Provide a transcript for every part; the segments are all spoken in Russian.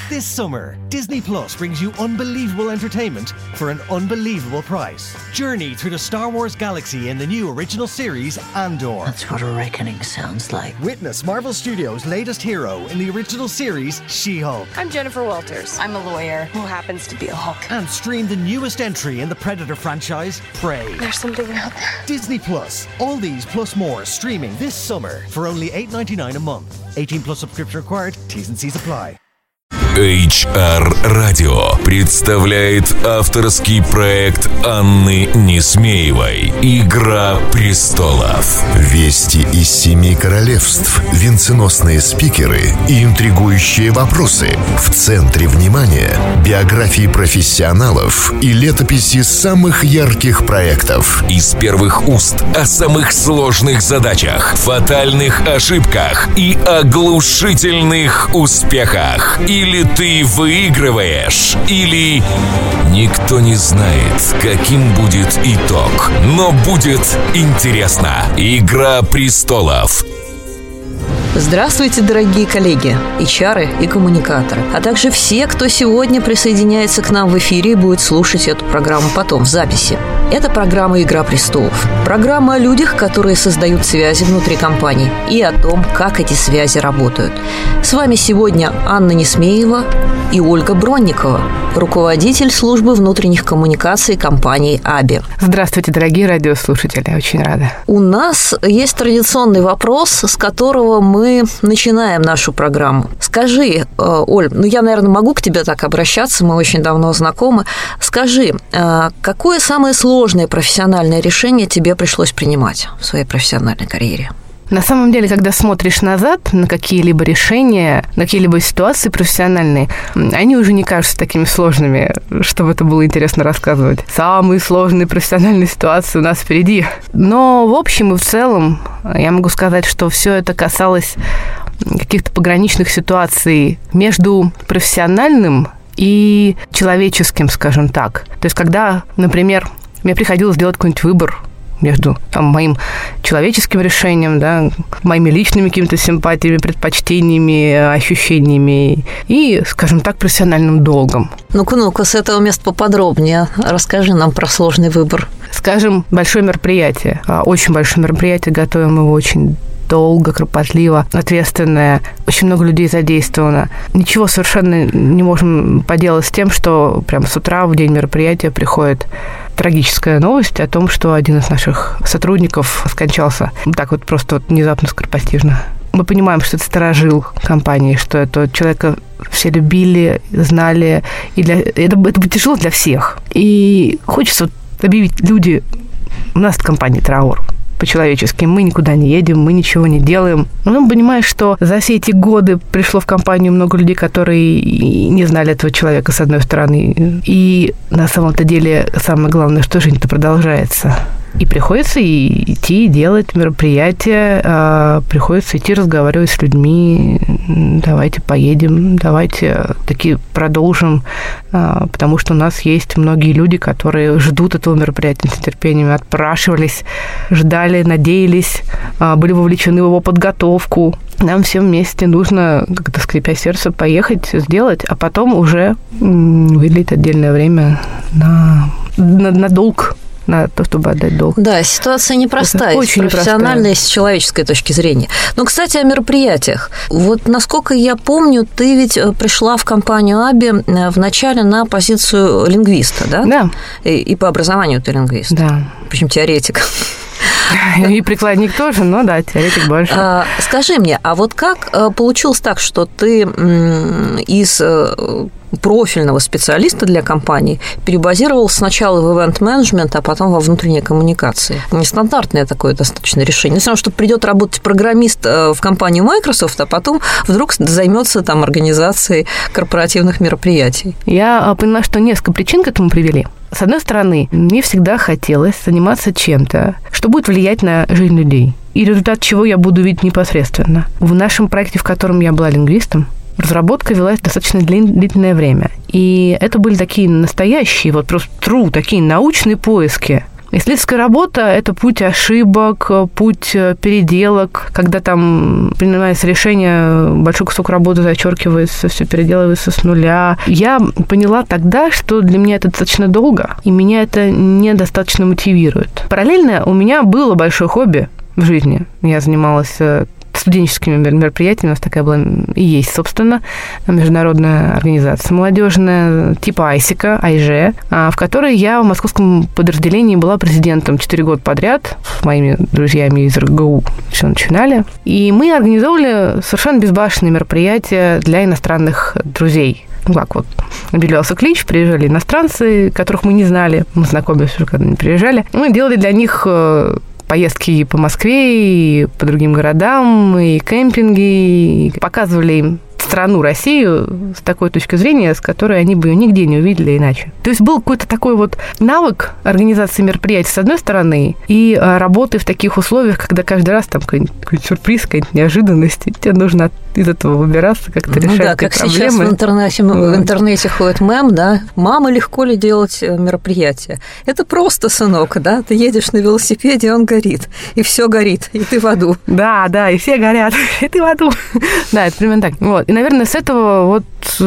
This summer, Disney Plus brings you unbelievable entertainment for an unbelievable price. Journey through the Star Wars galaxy in the new original series, Andor. That's what a reckoning sounds like. Witness Marvel Studios' latest hero in the original series, She-Hulk. I'm Jennifer Walters. I'm a lawyer who happens to be a Hulk. And stream the newest entry in the Predator franchise, Prey. There's something out there. Disney Plus. All these plus more streaming this summer for only $8.99 a month. 18 plus subscription required. T's and C's apply. HR Radio представляет авторский проект Анны Несмеевой «Игра престолов». Вести из 7 королевств, венценосные спикеры и интригующие вопросы. В центре внимания биографии профессионалов и летописи самых ярких проектов. Из первых уст о самых сложных задачах, фатальных ошибках и оглушительных успехах. Или ты выигрываешь, или никто не знает, каким будет итог. Но будет интересно. «Игра престолов». Здравствуйте, дорогие коллеги, HR и коммуникаторы, а также все, кто сегодня присоединяется к нам в эфире и будет слушать эту программу потом в записи. Это программа «Игра престолов». Программа о людях, которые создают связи внутри компаний, и о том, как эти связи работают. С вами сегодня Анна Несмеева и Ольга Бронникова, руководитель службы внутренних коммуникаций компании «Аби». Здравствуйте, дорогие радиослушатели, очень рада. У нас есть традиционный вопрос, с которого мы начинаем нашу программу. Скажи, Оль, я, наверное, могу к тебе так обращаться, мы очень давно знакомы. Скажи, какое самое сложное профессиональное решение тебе пришлось принимать в своей профессиональной карьере? На самом деле, когда смотришь назад на какие-либо решения, на какие-либо ситуации профессиональные, они уже не кажутся такими сложными, чтобы это было интересно рассказывать. Самые сложные профессиональные ситуации у нас впереди. Но в общем и в целом я могу сказать, что все это касалось каких-то пограничных ситуаций между профессиональным и человеческим, скажем так. То есть, когда, например, мне приходилось делать какой-нибудь выбор между моим человеческим решением, да, моими личными какими-то симпатиями, предпочтениями, ощущениями и, скажем так, профессиональным долгом. Ну-ка, с этого места поподробнее. Расскажи нам про сложный выбор. Скажем, большое мероприятие, очень большое мероприятие, готовим его очень долго, кропотливо, ответственное, очень много людей задействовано. Ничего совершенно не можем поделать с тем, что прямо с утра в день мероприятия приходит трагическая новость о том, что один из наших сотрудников скончался. Так вот просто внезапно, скоропостижно. Мы понимаем, что это старожил компании, что этого человека все любили, знали, и это будет тяжело для всех. И хочется объявить: люди, у нас в компании траур. По-человечески. Мы никуда не едем, мы ничего не делаем. Но мы понимаем, что за все эти годы пришло в компанию много людей, которые не знали этого человека, с одной стороны. И на самом-то деле самое главное, что жизнь-то продолжается. И приходится идти делать мероприятия, приходится идти разговаривать с людьми. Давайте поедем, давайте таки продолжим, потому что у нас есть многие люди, которые ждут этого мероприятия с нетерпением, отпрашивались, ждали, надеялись, были вовлечены в его подготовку. Нам всем вместе нужно, как-то скрипя сердце, поехать, сделать, а потом уже выделить отдельное время на долг, на то, чтобы отдать долг. Да, ситуация непростая, очень с профессиональной и с человеческой точки зрения. Но, кстати, о мероприятиях. Вот, насколько я помню, ты ведь пришла в компанию Аби вначале на позицию лингвиста, да? Да. И по образованию ты лингвист. Да. Причем теоретик. И прикладник тоже, но да, теоретик больше. Скажи мне, а вот как получилось так, что ты из профильного специалиста для компании перебазировался сначала в ивент-менеджмент, а потом во внутренние коммуникации? Нестандартное такое достаточно решение. Все равно, что придет работать программист в компанию Microsoft, а потом вдруг займется там организацией корпоративных мероприятий. Я поняла, что несколько причин к этому привели. С одной стороны, мне всегда хотелось заниматься чем-то, что будет влиять на жизнь людей, и результат чего я буду видеть непосредственно. В нашем проекте, в котором я была лингвистом, разработка велась достаточно длительное время. И это были такие настоящие, вот просто такие научные поиски. Исследовательская работа – это путь ошибок, путь переделок, когда там принимается решение, большой кусок работы зачеркивается, все переделывается с нуля. Я поняла тогда, что для меня это достаточно долго, и меня это недостаточно мотивирует. Параллельно у меня было большое хобби в жизни. Я занималась студенческими мероприятиями. У нас такая была и есть, собственно, международная организация молодежная, типа Айсика, АйЖ, в которой я в московском подразделении была президентом 4 года подряд. С моими друзьями из РГУ все начинали. И мы организовывали совершенно безбашенные мероприятия для иностранных друзей. Ну, как вот, объявлялся клич, приезжали иностранцы, которых мы не знали, мы знакомились уже, когда они приезжали. Мы делали для них поездки и по Москве, и по другим городам, и кемпинги, и показывали им страну, Россию, с такой точки зрения, с которой они бы ее нигде не увидели иначе. То есть был какой-то такой вот навык организации мероприятий, с одной стороны, и работы в таких условиях, когда каждый раз там какой-нибудь сюрприз, какая-нибудь неожиданность, и тебе нужно из этого выбираться, как-то решать да, как проблемы. Сейчас в интернете ходит мем, да, «Мама, легко ли делать мероприятие?» Это просто, сынок, да, ты едешь на велосипеде, он горит, и все горит, и ты в аду. Да, и все горят, и ты в аду. Да, это примерно так. Вот. И, наверное, с этого вот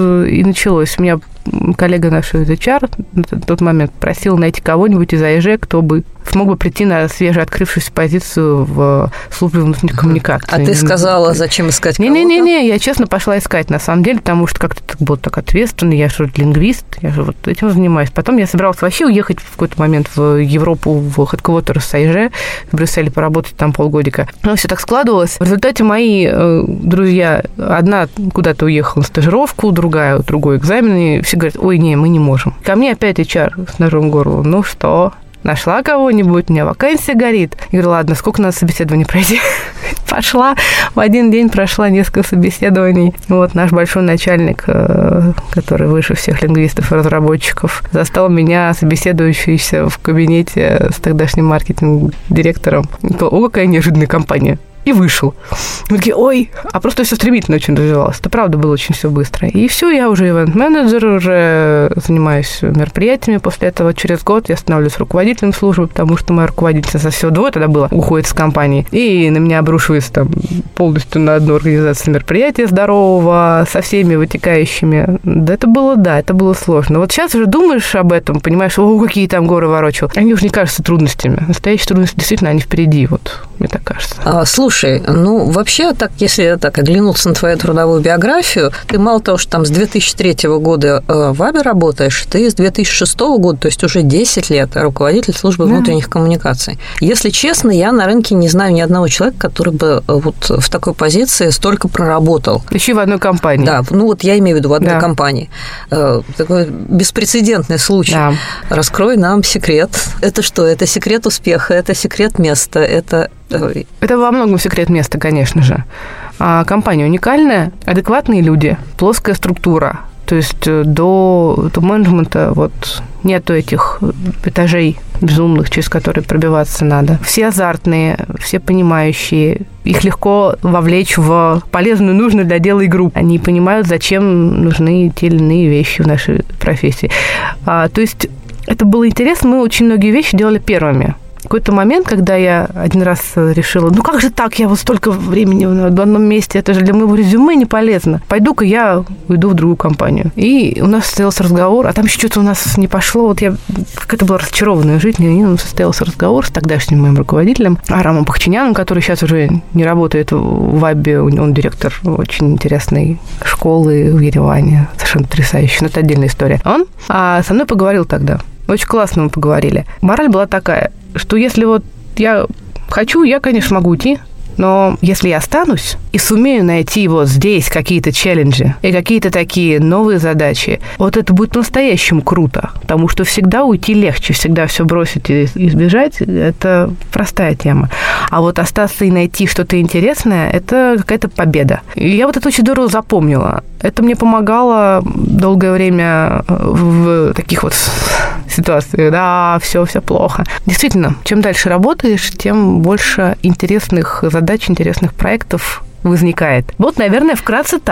и началось. У меня коллега наш из HR на тот момент просил найти кого-нибудь из АИЖ, кто бы смог бы прийти на свежеоткрывшуюся позицию в службе внутренних коммуникаций. А ты сказала, зачем искать кого-то? Не, я честно пошла искать, на самом деле, потому что как-то так было так ответственно, я же лингвист, я же вот этим занимаюсь. Потом я собиралась вообще уехать в какой-то момент в Европу, в хедквотер с АИЖ, в Брюсселе, поработать там полгодика. Но все так складывалось. В результате мои друзья, одна куда-то уехала на стажировку, другой экзамен, и все говорят: ой, не, мы не можем. Ко мне опять HR с ножом в горло. Ну что, нашла кого-нибудь, у меня вакансия горит. Я говорю: ладно, сколько надо собеседований пройти? Пошла, в один день прошла несколько собеседований. Вот наш большой начальник, который выше всех лингвистов и разработчиков, застал меня собеседующейся в кабинете с тогдашним маркетинг-директором. О, какая неожиданная компания. И вышел. Мы такие: ой, а просто все стремительно очень развивалось. Это правда было очень все быстро. И все, я уже ивент-менеджер, уже занимаюсь мероприятиями. После этого через год я становлюсь руководителем службы, потому что моя руководительница всего двое тогда было, уходит с компании. И на меня обрушивается там полностью на одну организацию мероприятия здорового, со всеми вытекающими. Это было сложно. Вот сейчас уже думаешь об этом, понимаешь, какие там горы ворочал. Они уже не кажутся трудностями. Настоящие трудности действительно, они впереди, вот, мне так кажется. Слушай, ну, вообще, так, если так оглянуться на твою трудовую биографию, ты мало того, что там с 2003 года в АБе работаешь, ты с 2006 года, то есть уже 10 лет руководитель службы внутренних коммуникаций. Если честно, я на рынке не знаю ни одного человека, который бы вот в такой позиции столько проработал. Еще в одной компании. Да, ну вот я имею в виду в одной компании. Такой беспрецедентный случай. Да. Раскрой нам секрет. Это что? Это секрет успеха, это секрет места, это во многом секрет места, конечно же. Компания уникальная, адекватные люди, плоская структура. То есть до менеджмента вот нету этих этажей безумных, через которые пробиваться надо. Все азартные, все понимающие. Их легко вовлечь в полезную, нужную для дела игру. Они понимают, зачем нужны те или иные вещи в нашей профессии. То есть это было интересно. Мы очень многие вещи делали первыми. В какой-то момент, когда я один раз решила, ну как же так, я вот столько времени в одном месте, это же для моего резюме не полезно. Пойду-ка я уйду в другую компанию. И у нас состоялся разговор, а там еще что-то у нас не пошло. Вот я какая-то была разочарованная жизнь, и у нас состоялся разговор с тогдашним моим руководителем Арамом Пахчиняном, который сейчас уже не работает в АБе, он директор очень интересной школы в Ереване, совершенно потрясающий, но это отдельная история. Он со мной поговорил тогда. Очень классно мы поговорили. Мораль была такая, что если вот я хочу, я, конечно, могу уйти, но если я останусь и сумею найти вот здесь какие-то челленджи и какие-то такие новые задачи, вот это будет по-настоящему круто, потому что всегда уйти легче, всегда все бросить и сбежать – это простая тема. А вот остаться и найти что-то интересное – это какая-то победа. И я вот это очень здорово запомнила. Это мне помогало долгое время в таких вот ситуациях. Да, все плохо. Действительно, чем дальше работаешь, тем больше интересных задач, интересных проектов возникает. Вот, наверное, вкратце так.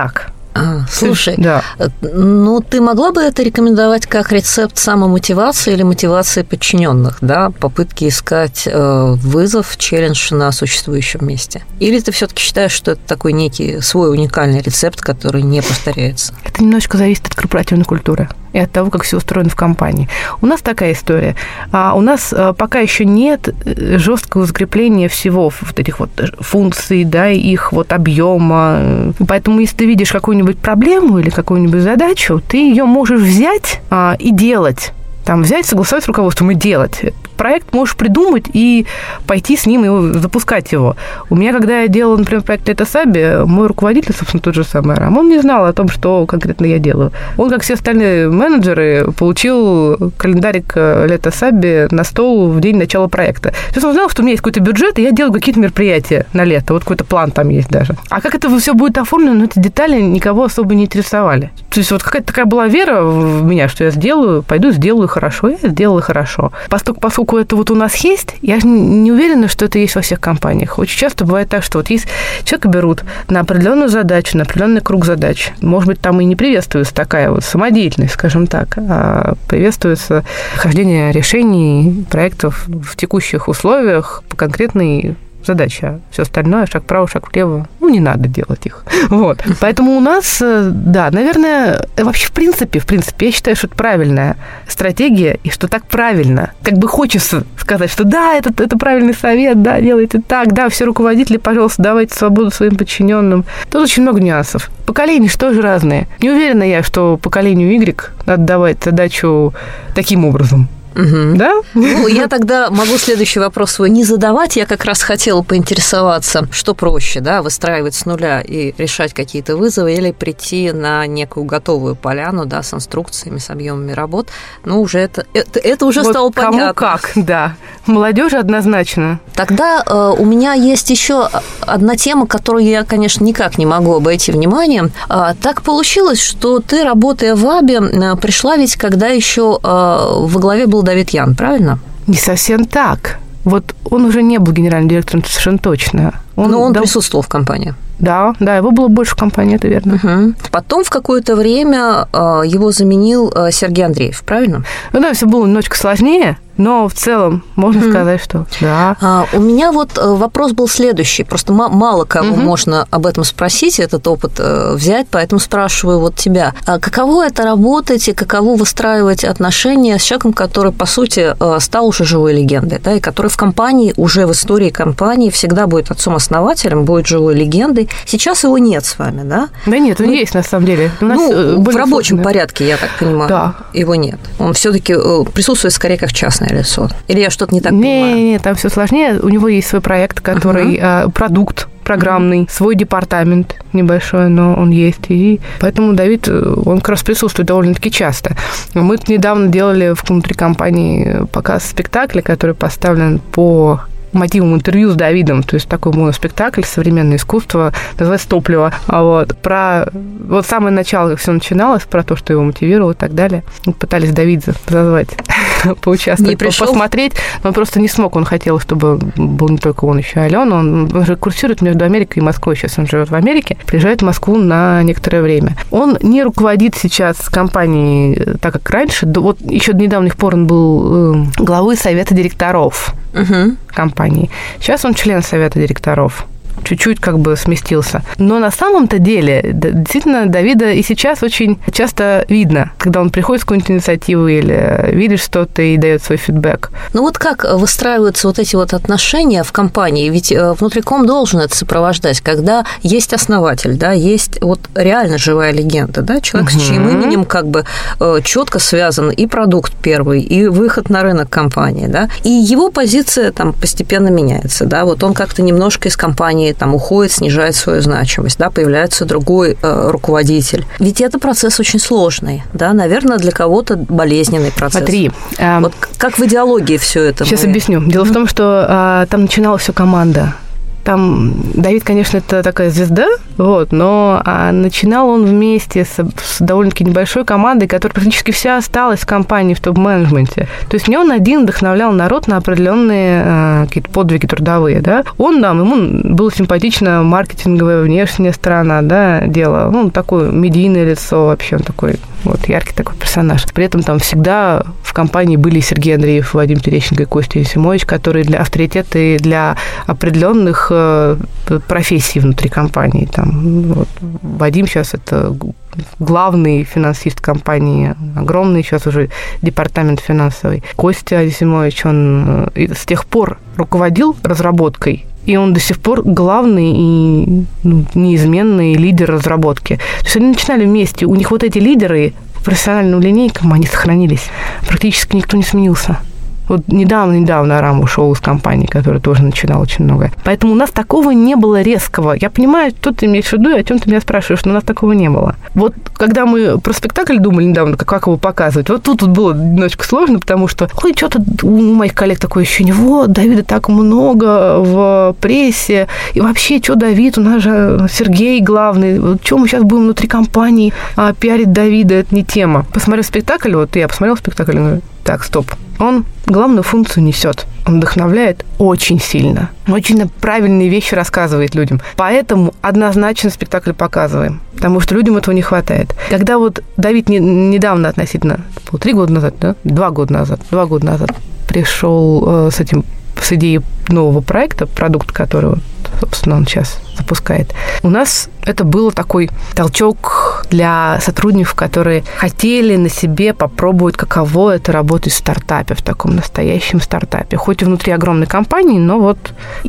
Слушай, да. Ну, ты могла бы это рекомендовать как рецепт самомотивации или мотивации подчиненных, да, попытки искать вызов, челлендж на существующем месте? Или ты все-таки считаешь, что это такой некий свой уникальный рецепт, который не повторяется? Это немножечко зависит от корпоративной культуры и от того, как все устроено в компании. У нас такая история. У нас пока еще нет жесткого закрепления всего вот этих вот функций, да, их вот объема. Поэтому, если ты видишь какую-нибудь проблему или какую-нибудь задачу, ты ее можешь взять и делать. Там взять, согласовать с руководством и делать. Проект можешь придумать и пойти с ним и запускать его. У меня, когда я делала, например, проект Летосаби, мой руководитель, собственно, тот же самый Арам, он не знал о том, что конкретно я делаю. Он, как все остальные менеджеры, получил календарик Летосаби на стол в день начала проекта. То есть он знал, что у меня есть какой-то бюджет, и я делаю какие-то мероприятия на лето. Вот какой-то план там есть даже. А как это все будет оформлено, эти детали никого особо не интересовали. То есть вот какая-то такая была вера в меня, что я сделаю, пойду сделаю хорошо. Я сделала хорошо. Поскольку это вот у нас есть, я не уверена, что это есть во всех компаниях. Очень часто бывает так, что вот есть человека берут на определенную задачу, на определенный круг задач. Может быть, там и не приветствуется такая вот самодеятельность, скажем так, а приветствуется хождение решений, проектов в текущих условиях по конкретной задача. Все остальное, шаг вправо, шаг влево, не надо делать их. Вот. Поэтому у нас, да, наверное, вообще в принципе, я считаю, что это правильная стратегия, и что так правильно. Как бы хочется сказать, что да, это правильный совет, да, делайте так, да, все руководители, пожалуйста, давайте свободу своим подчиненным. Тут очень много нюансов. Поколения что же разные. Не уверена я, что поколению Y надо давать задачу таким образом. Угу. Да? Ну, я тогда могу следующий вопрос свой не задавать. Я как раз хотела поинтересоваться, что проще, да, выстраивать с нуля и решать какие-то вызовы или прийти на некую готовую поляну, да, с инструкциями, с объемами работ. Ну, уже это уже вот стало кому понятно. как, да. Молодежи однозначно. Тогда у меня есть еще одна тема, которую я, конечно, никак не могу обойти вниманием. Так получилось, что ты, работая в АБе, пришла ведь, когда еще во главе был Давид Ян, правильно? Не совсем так. Вот он уже не был генеральным директором, совершенно точно. Но он присутствовал в компании. Да, его было больше в компании, это верно. Угу. Потом в какое-то время его заменил Сергей Андреев, правильно? Ну да, все было немножечко сложнее, но в целом можно сказать, что да. У меня вот вопрос был следующий. Просто мало кого можно об этом спросить, этот опыт взять, поэтому спрашиваю вот тебя. Каково это работать и каково выстраивать отношения с человеком, который, по сути, стал уже живой легендой, да, и который в компании, уже в истории компании всегда будет отцом-основателем, будет живой легендой. Сейчас его нет с вами, да? Да нет, он есть на самом деле. В рабочем порядке, я так понимаю, да. Его нет. Он все-таки присутствует скорее как частное лицо. Или я что-то не так понимаю? Нет, там все сложнее. У него есть свой проект, который продукт программный, свой департамент небольшой, но он есть. И поэтому Давид, он как раз присутствует довольно-таки часто. Мы недавно делали внутри компании показ спектакля, который поставлен по мотивом интервью с Давидом, то есть такой моноспектакль, современное искусство, называется «Топливо». Про самое начало, как все начиналось, про то, что его мотивировало и так далее. Мы пытались Давида зазвать, поучаствовать, посмотреть, но он просто не смог. Он хотел, чтобы был не только он, еще и Алена. Он же курсирует между Америкой и Москвой. Сейчас он живет в Америке, приезжает в Москву на некоторое время. Он не руководит сейчас компанией так, как раньше. Вот еще до недавних пор он был главой совета директоров компании. Сейчас он член совета директоров. Чуть-чуть как бы сместился. Но на самом-то деле, действительно, Давида и сейчас очень часто видно, когда он приходит с какой-нибудь инициативой или видит что-то и дает свой фидбэк. Ну вот как выстраиваются вот эти вот отношения в компании? Ведь внутриком должен это сопровождать, когда есть основатель, да, есть вот реально живая легенда, да, человек, с чьим именем как бы четко связан и продукт первый, и выход на рынок компании, да, и его позиция там постепенно меняется, да, вот он как-то немножко из компании там уходит, снижает свою значимость, да, появляется другой руководитель. Ведь это процесс очень сложный, да, наверное, для кого-то болезненный процесс. Смотри. Вот как в идеологии все это? Сейчас объясню. Дело в том, что там начиналась все команда. там Давид, конечно, это такая звезда, вот, но начинал он вместе с довольно-таки небольшой командой, которая практически вся осталась в компании, в топ-менеджменте. То есть не он один вдохновлял народ на определенные какие-то подвиги трудовые, да. Ему было симпатично маркетинговая внешняя сторона, да, дела. Такое медийное лицо вообще, он такой вот яркий такой персонаж. При этом там всегда в компании были Сергей Андреев, Вадим Терещенко и Костя Есимович, которые для авторитета и для определенных профессий внутри компании. Там, вот, Вадим сейчас это главный финансист компании, огромный сейчас уже департамент финансовый. Костя Есимович, он с тех пор руководил разработкой, и он до сих пор главный и неизменный лидер разработки. То есть они начинали вместе. У них вот эти лидеры по профессиональным линейкам, они сохранились. Практически никто не сменился. Вот недавно Арам ушел из компании, которая тоже начинала очень много. Поэтому у нас такого не было резкого. Я понимаю, что ты имеешь в виду, и о чем ты меня спрашиваешь, но у нас такого не было. Вот когда мы про спектакль думали недавно, как его показывать, вот тут было немножечко сложно, потому что, что-то у моих коллег такое ощущение, вот, Давида так много в прессе, и вообще, что Давид, у нас же Сергей главный, вот, что мы сейчас будем внутри компании пиарить Давида, это не тема. Посмотрев спектакль, вот я посмотрела спектакль, говорю, так, стоп. Он главную функцию несет. Он вдохновляет очень сильно. Очень правильные вещи рассказывает людям. Поэтому однозначно спектакль показываем. Потому что людям этого не хватает. Когда вот Давид недавно относительно, 3 года назад, да? 2 года назад пришел с идеей нового проекта, продукт, который, собственно, он сейчас запускает. У нас это был такой толчок для сотрудников, которые хотели на себе попробовать, каково это работать в стартапе, в таком настоящем стартапе. Хоть и внутри огромной компании, но вот.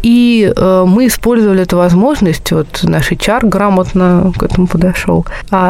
И мы использовали эту возможность, вот наш HR грамотно к этому подошел,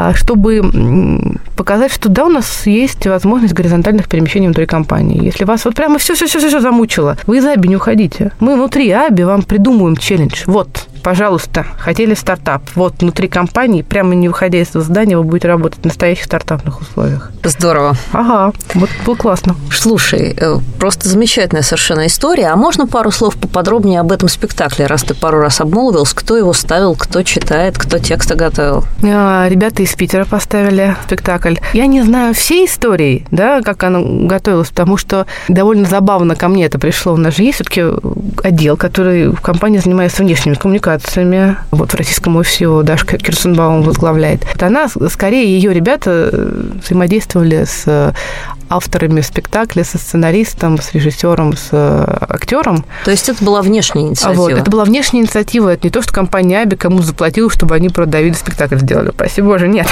чтобы показать, что да, у нас есть возможность горизонтальных перемещений внутри компании. Если вас вот прямо все замучило, вы из Аби не уходите. Мы внутри Аби вам придумаем челлендж. Вот, пожалуйста, хотели стартап. Вот, внутри компании, прямо не выходя из этого здания, вы будете работать в настоящих стартапных условиях. Здорово. Ага, вот было классно. Слушай, просто замечательная совершенно история. А можно пару слов поподробнее об этом спектакле, раз ты пару раз обмолвился, кто его ставил, кто читает, кто тексты готовил? Ребята из Питера поставили спектакль. Я не знаю всей истории, да, как она готовилась, потому что довольно забавно ко мне это пришло. У нас же есть все-таки отдел, который в компании занимается внешними коммуникациями. Вот в российском офисе его Даша Кирсенбаум возглавляет. Она, скорее, ее ребята взаимодействовали с авторами спектакля, со сценаристом, с режиссером, с актером. То есть это была внешняя инициатива? Вот, это была внешняя инициатива. Это не то, что компания Аби кому-то заплатила, чтобы они про Давида спектакль сделали. Спасибо Боже, нет.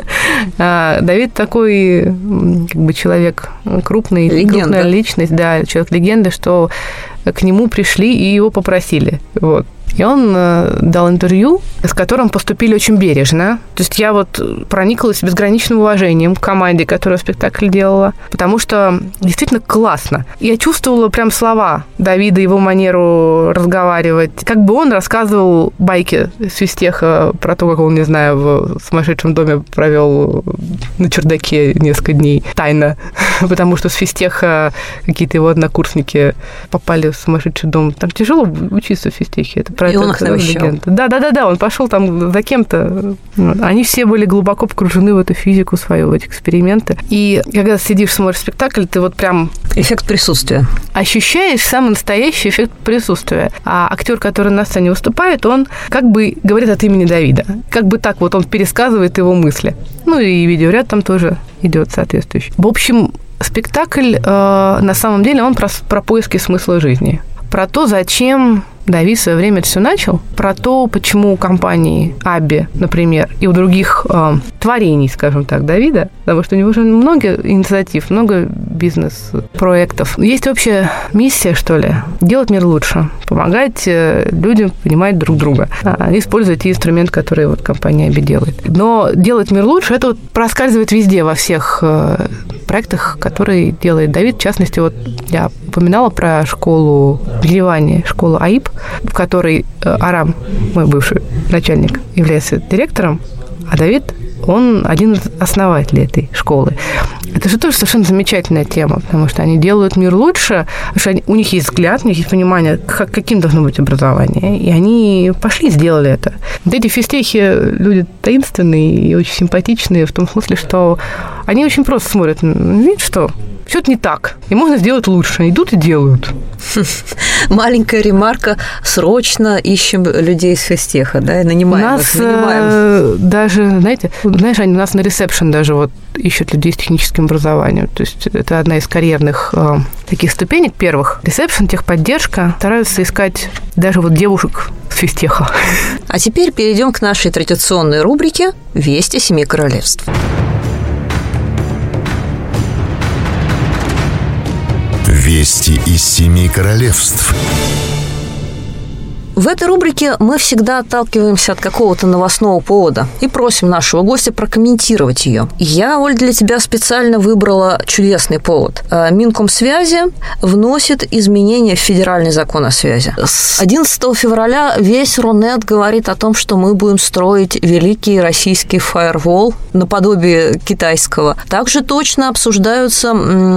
Давид такой как бы человек крупный, крупная личность, да, человек-легенда, что к нему пришли и его попросили. Вот. И он дал интервью, с которым поступили очень бережно. То есть я вот прониклась безграничным уважением к команде, которая спектакль делала, потому что действительно классно. Я чувствовала прям слова Давида, его манеру разговаривать. Как бы он рассказывал байки Свистеха про то, как он, не знаю, в сумасшедшем доме провел на чердаке несколько дней тайно, потому что Свистеха какие-то его однокурсники попали в сумасшедший дом. Там тяжело учиться в Свистехе. Это про и он их навещал. Да, он пошел там за кем-то. Они все были глубоко погружены в эту физику свою, в эти эксперименты. И когда сидишь, смотришь спектакль, ты вот прям... Эффект присутствия. Ощущаешь самый настоящий эффект присутствия. А актер, который на сцене выступает, он как бы говорит от имени Давида. Как бы так вот он пересказывает его мысли. Ну и видеоряд там тоже идет соответствующий. В общем, спектакль на самом деле он про поиски смысла жизни. Про то, зачем Давид в свое время это все начал, про то, почему у компании Аби, например, и у других творений, скажем так, Давида, потому что у него уже много инициатив, много бизнес-проектов. Есть общая миссия, что ли, делать мир лучше, помогать людям понимать друг друга, использовать те инструменты, которые вот компания Аби делает. Но делать мир лучше, это вот проскальзывает везде, во всех проектах, которые делает Давид. В частности, вот я упоминала про школу в Ереване, школу АИП, в которой Арам, мой бывший начальник, является директором, а Давид он один из основателей этой школы. Это же тоже совершенно замечательная тема, потому что они делают мир лучше, потому что у них есть взгляд, у них есть понимание, каким должно быть образование, и они пошли и сделали это. Вот эти физтехи люди таинственные и очень симпатичные в том смысле, что они очень просто смотрят, видишь, что что-то не так, и можно сделать лучше. Идут и делают. Маленькая ремарка. Срочно ищем людей из физтеха, да, и нанимаем их. Даже, знаешь, они у нас на ресепшн даже вот ищут людей с техническим образованием. То есть это одна из карьерных таких ступенек первых. Ресепшн, техподдержка. Стараются искать даже вот девушек с физтеха. А теперь перейдем к нашей традиционной рубрике «Вести Семи Королевств». Вести из Семи Королевств. В этой рубрике мы всегда отталкиваемся от какого-то новостного повода и просим нашего гостя прокомментировать ее. Я, Оль, для тебя специально выбрала чудесный повод. Минкомсвязи вносит изменения в федеральный закон о связи. С 11 февраля весь Рунет говорит о том, что мы будем строить великий российский фаервол наподобие китайского. Также точно обсуждаются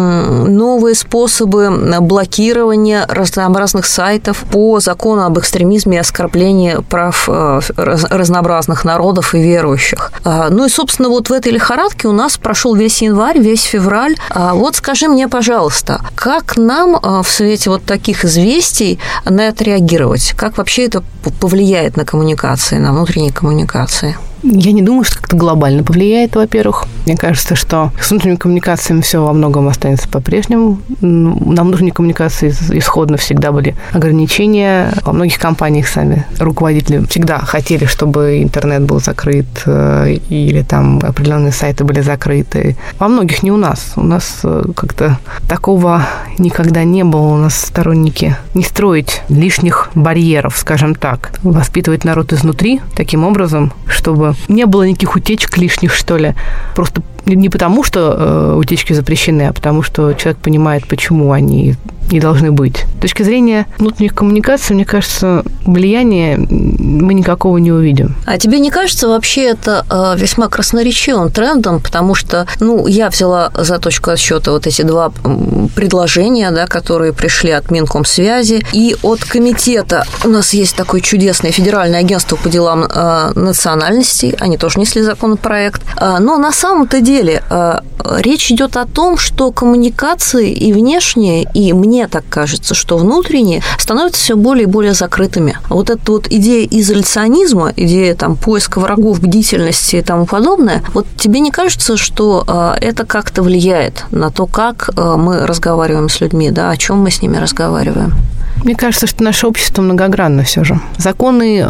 новые способы блокирования разнообразных сайтов по закону об экстремизме и оскорблении прав разнообразных народов и верующих. Ну и, собственно, вот в этой лихорадке у нас прошел весь январь, весь февраль. Вот скажи мне, пожалуйста, как нам в свете вот таких известий на это реагировать? Как вообще это повлияет на коммуникации, на внутренние коммуникации? Я не думаю, что как-то глобально повлияет, во-первых. Мне кажется, что с внутренними коммуникациями все во многом останется по-прежнему. На внутренней коммуникации исходно всегда были ограничения. Во многих компаниях сами руководители всегда хотели, чтобы интернет был закрыт или там определенные сайты были закрыты. Во многих не у нас. У нас как-то такого никогда не было. У нас сторонники не строить лишних барьеров, скажем так. Воспитывать народ изнутри таким образом, чтобы не было никаких утечек лишних, что ли. Просто не потому, что утечки запрещены, а потому, что человек понимает, почему они не должны быть. С точки зрения внутренних коммуникаций, мне кажется, влияния мы никакого не увидим. А тебе не кажется вообще это весьма красноречивым трендом? Потому что, я взяла за точку отсчета вот эти два предложения, да, которые пришли от Минкомсвязи и от комитета. У нас есть такое чудесное федеральное агентство по делам национальностей. Они тоже несли законопроект. Но на самом-то деле речь идет о том, что коммуникации и внешние, и мне так кажется, что внутренние становятся все более и более закрытыми. Вот эта вот идея изоляционизма, идея там поиска врагов, бдительности и тому подобное, вот тебе не кажется, что это как-то влияет на то, как мы разговариваем с людьми, да, о чем мы с ними разговариваем? Мне кажется, что наше общество многогранно все же. Законы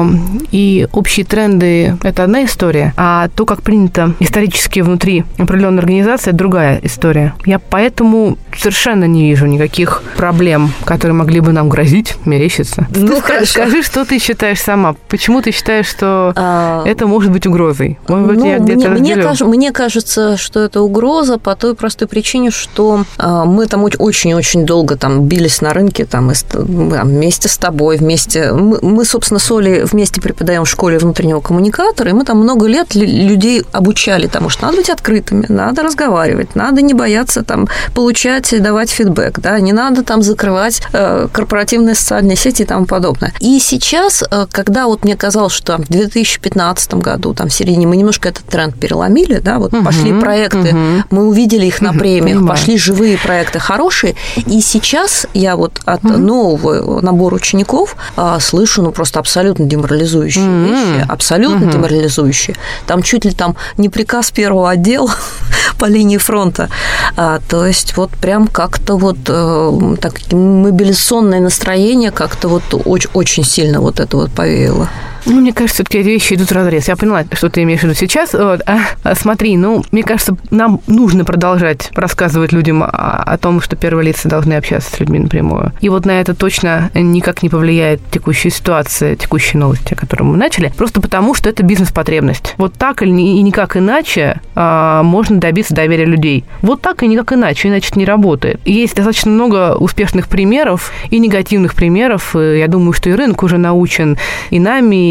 и общие тренды – это одна история, а то, как принято исторически внутри определенной организации – это другая история. Я поэтому совершенно не вижу никаких проблем, которые могли бы нам грозить, мерещиться. Скажи, что ты считаешь сама? Почему ты считаешь, что это может быть угрозой? Может быть, я где-то разделю? Мне кажется, что это угроза по той простой причине, что мы там очень-очень долго там бились на рынке, там, вместе с тобой, вместе... Мы, собственно, с Олей вместе преподаем в школе внутреннего коммуникатора, и мы там много лет людей обучали тому, что надо быть открытыми, надо разговаривать, надо не бояться там получать и давать фидбэк, да, не надо там закрывать корпоративные социальные сети и тому подобное. И сейчас, когда вот мне казалось, что в 2015 году, там, в середине, мы немножко этот тренд переломили, да, вот пошли проекты, мы увидели их на премиях, пошли живые проекты хорошие, и сейчас я вот от нового набора учеников слышу, просто абсолютно деморализующие вещи, абсолютно деморализующие. Там чуть ли там не приказ первого отдела по линии фронта. То есть вот прям как-то вот так, мобилизационное настроение как-то вот очень сильно вот это вот повеяло. Мне кажется, все-таки эти вещи идут вразрез. Я поняла, что ты имеешь в виду сейчас. Вот. Смотри, мне кажется, нам нужно продолжать рассказывать людям о том, что первые лица должны общаться с людьми напрямую. И вот на это точно никак не повлияет текущая ситуация, текущие новости, о которых мы начали, просто потому, что это бизнес-потребность. Вот так и никак иначе можно добиться доверия людей. Вот так и никак иначе это не работает. Есть достаточно много успешных примеров и негативных примеров. Я думаю, что и рынок уже научен и нами,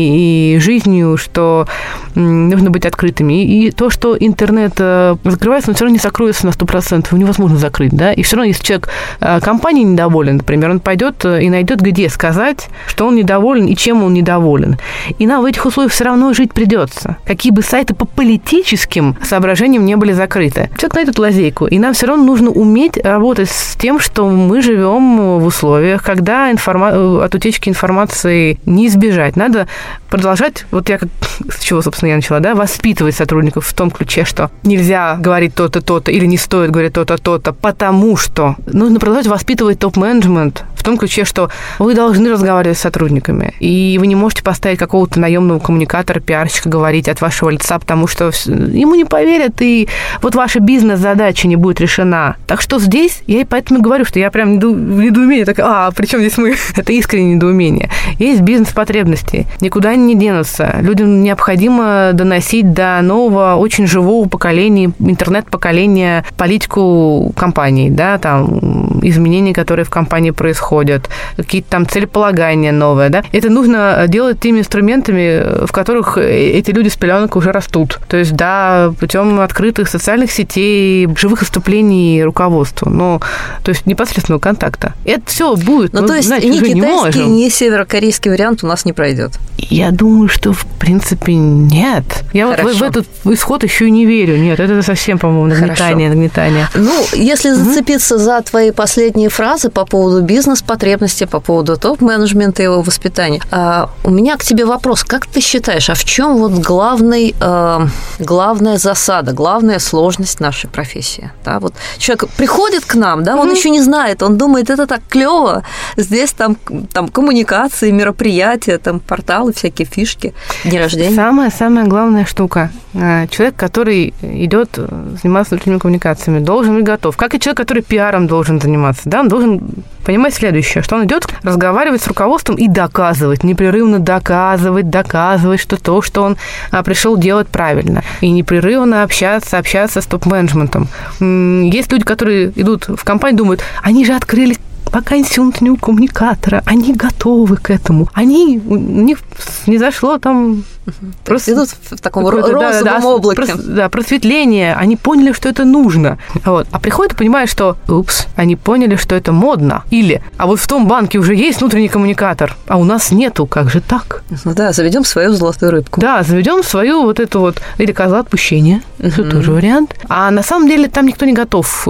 и жизнью, что нужно быть открытыми. И то, что интернет закрывается, он все равно не закроется на 100%, его невозможно закрыть, да, и все равно, если человек компании недоволен, например, он пойдет и найдет, где сказать, что он недоволен и чем он недоволен. И нам в этих условиях все равно жить придется. Какие бы сайты по политическим соображениям не были закрыты. Человек найдет лазейку, и нам все равно нужно уметь работать с тем, что мы живем в условиях, когда от утечки информации не избежать. Надо продолжать, вот я с чего, собственно, я начала, да, воспитывать сотрудников в том ключе, что нельзя говорить то-то, то-то, или не стоит говорить то-то, то-то, потому что нужно продолжать воспитывать топ-менеджмент в том ключе, что вы должны разговаривать с сотрудниками, и вы не можете поставить какого-то наемного коммуникатора, пиарщика, говорить от вашего лица, потому что ему не поверят, и вот ваша бизнес-задача не будет решена. Так что здесь я и поэтому говорю, что я прям в недоумении такая, при чем здесь мы? Это искреннее недоумение. Есть бизнес-потребности, никуда они не денутся. Людям необходимо доносить до нового, очень живого поколения, интернет-поколения политику компаний, да, там, изменения, которые в компании происходят, какие-то там целеполагания новые, да. Это нужно делать теми инструментами, в которых эти люди с пеленок уже растут. То есть, да, путем открытых социальных сетей, живых выступлений руководству, то есть непосредственного контакта. Это все будет. То есть ни китайский, ни северокорейский вариант у нас не пройдет. Я думаю, что в принципе нет. Я вот в этот исход еще и не верю. Нет, это совсем, по-моему, нагнетание. Если зацепиться за твои последние фразы по поводу бизнес-потребностей, по поводу топ-менеджмента и его воспитания, у меня к тебе вопрос. Как ты считаешь, в чем вот главная засада, главная сложность нашей профессии? Да, вот человек приходит к нам, да, он еще не знает, он думает, это так клево, здесь там коммуникации, мероприятия, там порталы, всякие фишки, дни рождения. Самая главная штука. Человек, который идет заниматься внутренними коммуникациями, должен быть готов. Как и человек, который пиаром должен заниматься, да, он должен понимать следующее, что он идет разговаривать с руководством и доказывать, непрерывно доказывать, что то, что он пришел делать правильно. И непрерывно общаться с топ-менеджментом. Есть люди, которые идут в компанию, думают, они же открыли вакансию внутреннего коммуникатора, они готовы к этому. У них не зашло там... Просто идут в таком розовом облаке. Просветление. Они поняли, что это нужно. Вот. А приходят и понимают, что они поняли, что это модно. Или, а вот в том банке уже есть внутренний коммуникатор, а у нас нету. Как же так? Заведем свою золотую рыбку. Да, заведем свою вот эту вот... Или козла отпущения. Это тоже вариант. А на самом деле там никто не готов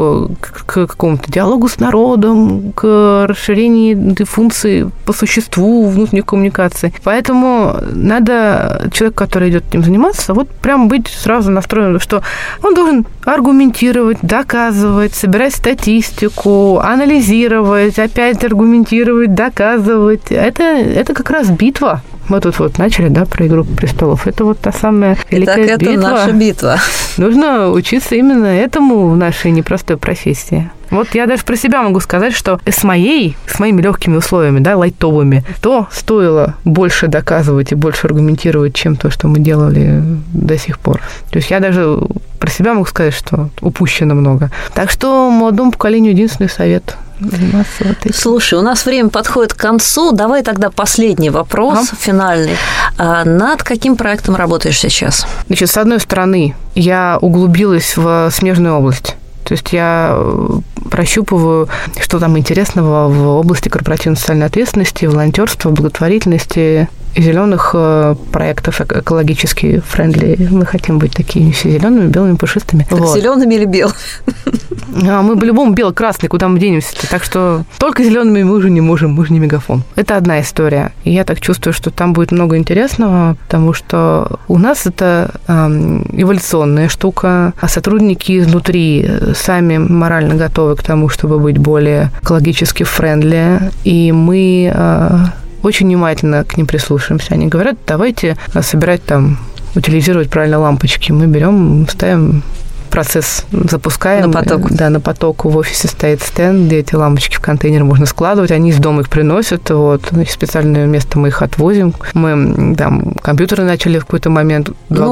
к какому-то диалогу с народом, к расширению функций по существу внутренних коммуникаций. Поэтому надо... Человек, который идет этим заниматься, вот прям быть сразу настроен, что он должен аргументировать, доказывать, собирать статистику, анализировать, опять аргументировать, доказывать. Это как раз битва. Мы тут вот начали, про «Игру престолов». Это вот та самая великая битва. Это наша битва. Нужно учиться именно этому в нашей непростой профессии. Вот я даже про себя могу сказать, что с моими легкими условиями, лайтовыми, то стоило больше доказывать и больше аргументировать, чем то, что мы делали до сих пор. То есть я даже про себя могу сказать, что упущено много. Так что молодому поколению единственный совет – заниматься вот этим. Слушай, у нас время подходит к концу. Давай тогда последний вопрос, финальный. Над каким проектом работаешь сейчас? Значит, с одной стороны, я углубилась в смежную область. То есть я прощупываю, что там интересного в области корпоративной социальной ответственности, волонтерства, благотворительности, зеленых проектов экологически френдли. Мы хотим быть такими все зелеными, белыми, пушистыми. Так зелеными или белыми? Мы по-любому бело-красные, куда мы денемся. Так что только зелеными мы уже не можем, мы же не мегафон. Это одна история. И я так чувствую, что там будет много интересного, потому что у нас это эволюционная штука, а сотрудники изнутри сами морально готовы к тому, чтобы быть более экологически френдли. И мы очень внимательно к ним прислушиваемся. Они говорят, давайте собирать утилизировать правильно лампочки. Мы берем, ставим процесс запускаем. На поток. Да, на поток. В офисе стоит стенд, где эти лампочки в контейнер можно складывать. Они из дома их приносят. Вот. В специальное место мы их отвозим. Мы там компьютеры начали в какой-то момент.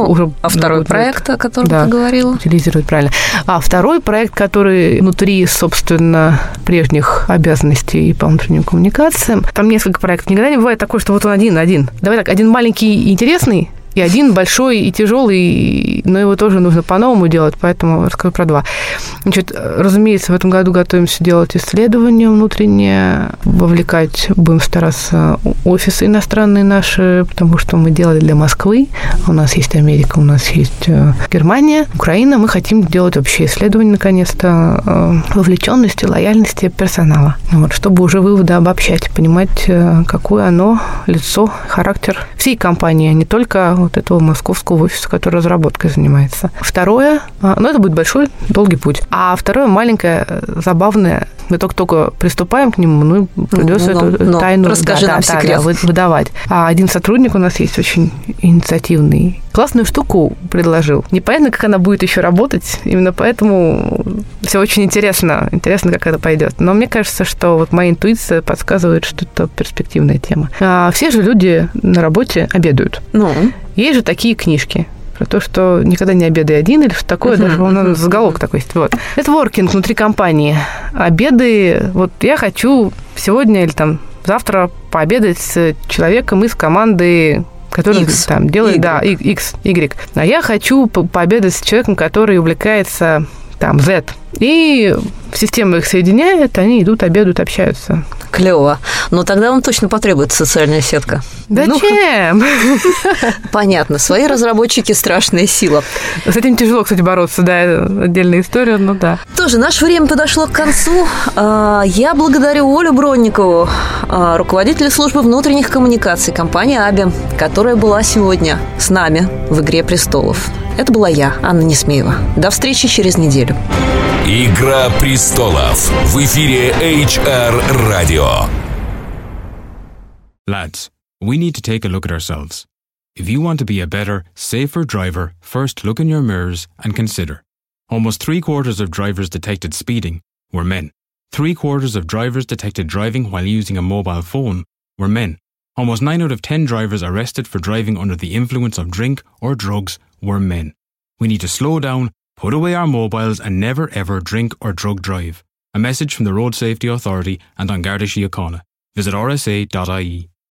Второй проект, о котором ты говорила? Утилизировать, правильно. А второй проект, который внутри, собственно, прежних обязанностей по внутренним коммуникациям. Там несколько проектов. Никогда не бывает такое, что вот он один. Давай так, один маленький и интересный, и один большой и тяжелый, но его тоже нужно по-новому делать, поэтому расскажу про два. Значит, разумеется, в этом году готовимся делать исследования внутренние, вовлекать будем стараться офисы иностранные наши, потому что мы делали для Москвы. У нас есть Америка, у нас есть Германия, Украина. Мы хотим делать общее исследование, наконец-то, вовлеченности, лояльности персонала. Вот, чтобы уже выводы обобщать, понимать, какое оно, лицо, характер всей компании, а не только вот этого московского офиса, который разработкой занимается. Второе, это будет большой, долгий путь. А второе, маленькое, забавное, мы только приступаем к нему, придется эту тайну выдавать. А один сотрудник у нас есть очень инициативный. Классную штуку предложил. Непонятно, как она будет еще работать, именно поэтому все очень интересно, как это пойдет. Но мне кажется, что вот моя интуиция подсказывает, что это перспективная тема. Все же люди на работе обедают. Есть же такие книжки про то, что никогда не обедай один или что такое, даже у нас заголовок такой есть. Вот. Нетворкинг внутри компании. Обеды, вот я хочу сегодня или там завтра пообедать с человеком из команды, который там делает, X, Y. А я хочу пообедать с человеком, который увлекается там Z. И система их соединяет, они идут, обедают, общаются. Клево. Но тогда вам точно потребуется социальная сетка. Зачем? Понятно. Свои разработчики – страшная сила. С этим тяжело, кстати, бороться, да, отдельная история, но да. Тоже наше время подошло к концу. Я благодарю Олю Бронникову, руководителя службы внутренних коммуникаций компании АБИ, которая была сегодня с нами в «Игре престолов». Это была я, Анна Несмеева. До встречи через неделю. «Игра престолов» в эфире HR Radio. Lads, we need to take a look at ourselves. If you want to be a better, safer driver, first look in your mirrors and consider. Almost 3/4 of drivers detected speeding were men. 3/4 of drivers detected driving while using a mobile phone were men. Almost 9 out of 10 drivers arrested for driving under the influence of drink or drugs were men. We need to slow down, put away our mobiles and never ever drink or drug drive. A message from the Road Safety Authority and An Garda Síochána. Visit rsa.ie.